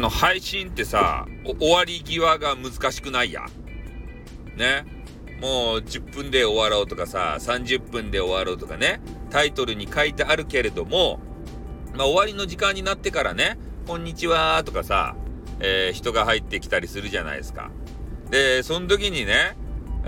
配信ってさ、終わり際が難しくないや。ね。もう10分で終わろうとかさ、30分で終わろうとかね、タイトルに書いてあるけれども、終わりの時間になってからね、こんにちはとかさ、人が入ってきたりするじゃないですか。で、その時にね、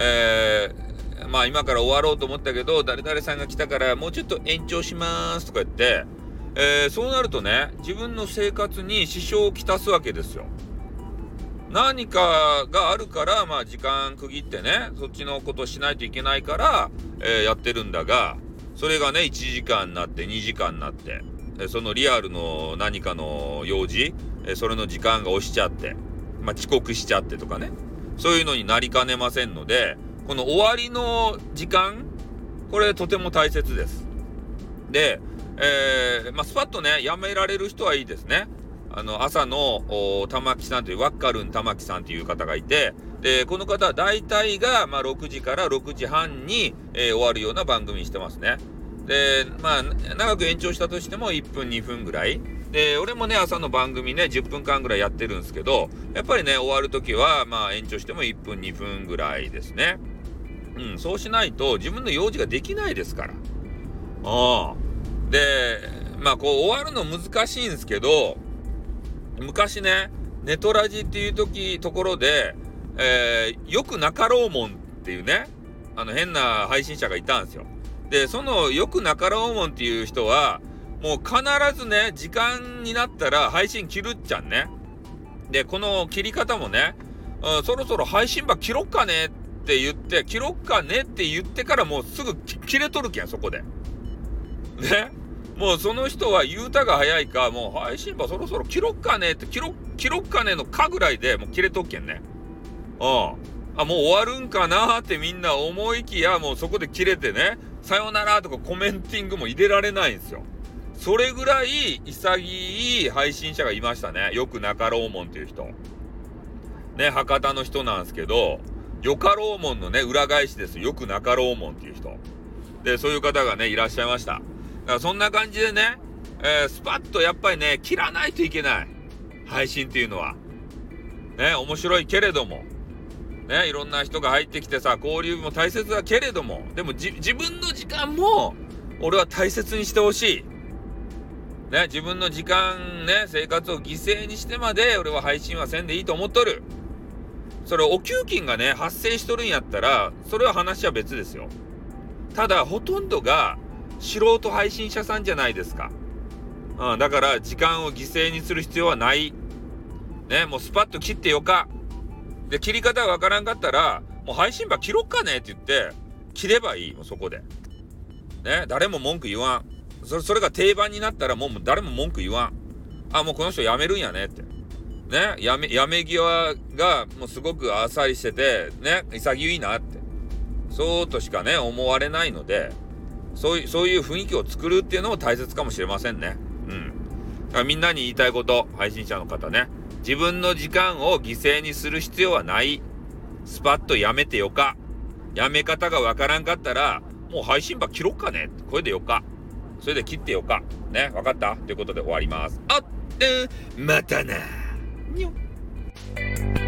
今から終わろうと思ったけど、誰々さんが来たからもうちょっと延長しますとか言って、そうなるとね、自分の生活に支障をきたすわけですよ。何かがあるから、時間区切ってね、そっちのことしないといけないから、やってるんだが、それがね、1時間になって2時間になって、そのリアルの何かの用事、それの時間が押しちゃって、遅刻しちゃってとかね、そういうのになりかねませんので、この終わりの時間、これとても大切です。で、スパッとね、やめられる人はいいですね。朝の玉木さんというワッカルン玉木さんという方がいて、でこの方は大体が6時から6時半に、終わるような番組にしてますね。で長く延長したとしても1分2分ぐらいで、俺もね朝の番組ね10分間ぐらいやってるんですけど、やっぱりね終わる時は延長しても1分2分ぐらいですね。そうしないと自分の用事ができないですから。でこう終わるの難しいんですけど、昔ねネトラジっていうところで、よくなかろうもんっていうね変な配信者がいたんですよ。でそのよくなかろうもんっていう人はもう必ずね時間になったら配信切るっちゃんね。でこの切り方もね、そろそろ配信場切ろっかねって言ってからもうすぐ切れとるけん、そこでね。もうその人は言うたが早いか、もう配信場そろそろ切ろっかねって切ろっかねのかぐらいでもう切れとっけんね。もう終わるんかなってみんな思いきや、もうそこで切れてね、さよならとかコメンティングも入れられないんですよ。それぐらい潔い配信者がいましたね。よくなかろうもんっていう人ね、博多の人なんですけど、よかろうもんのね裏返しです。よくなかろうもんっていう人で、そういう方がねいらっしゃいました。だからそんな感じでね、スパッとやっぱりね切らないといけない。配信っていうのはね、面白いけれどもね、いろんな人が入ってきてさ、交流も大切だけれども、でも自分の時間も俺は大切にしてほしいね。自分の時間ね、生活を犠牲にしてまで俺は配信はせんでいいと思っとる。それお給金がね発生しとるんやったら、それは話は別ですよ。ただほとんどが素人配信者さんじゃないですか。だから時間を犠牲にする必要はないね。もうスパッと切ってよかで、切り方がわからんかったらもう配信場切ろっかねって言って切ればいい。もうそこでね、誰も文句言わん。それが定番になったらもう誰も文句言わん。もうこの人辞めるんやねってね。やめ際がもうすごくあっさりしててね、潔いなってそうとしかね思われないので、そういう雰囲気を作るっていうのも大切かもしれませんね。だからみんなに言いたいこと、配信者の方ね、自分の時間を犠牲にする必要はない。スパッとやめてよか。やめ方がわからんかったらもう配信場切ろっかね。これでよか。それで切ってよかね。わかったということで終わります。またなにょ。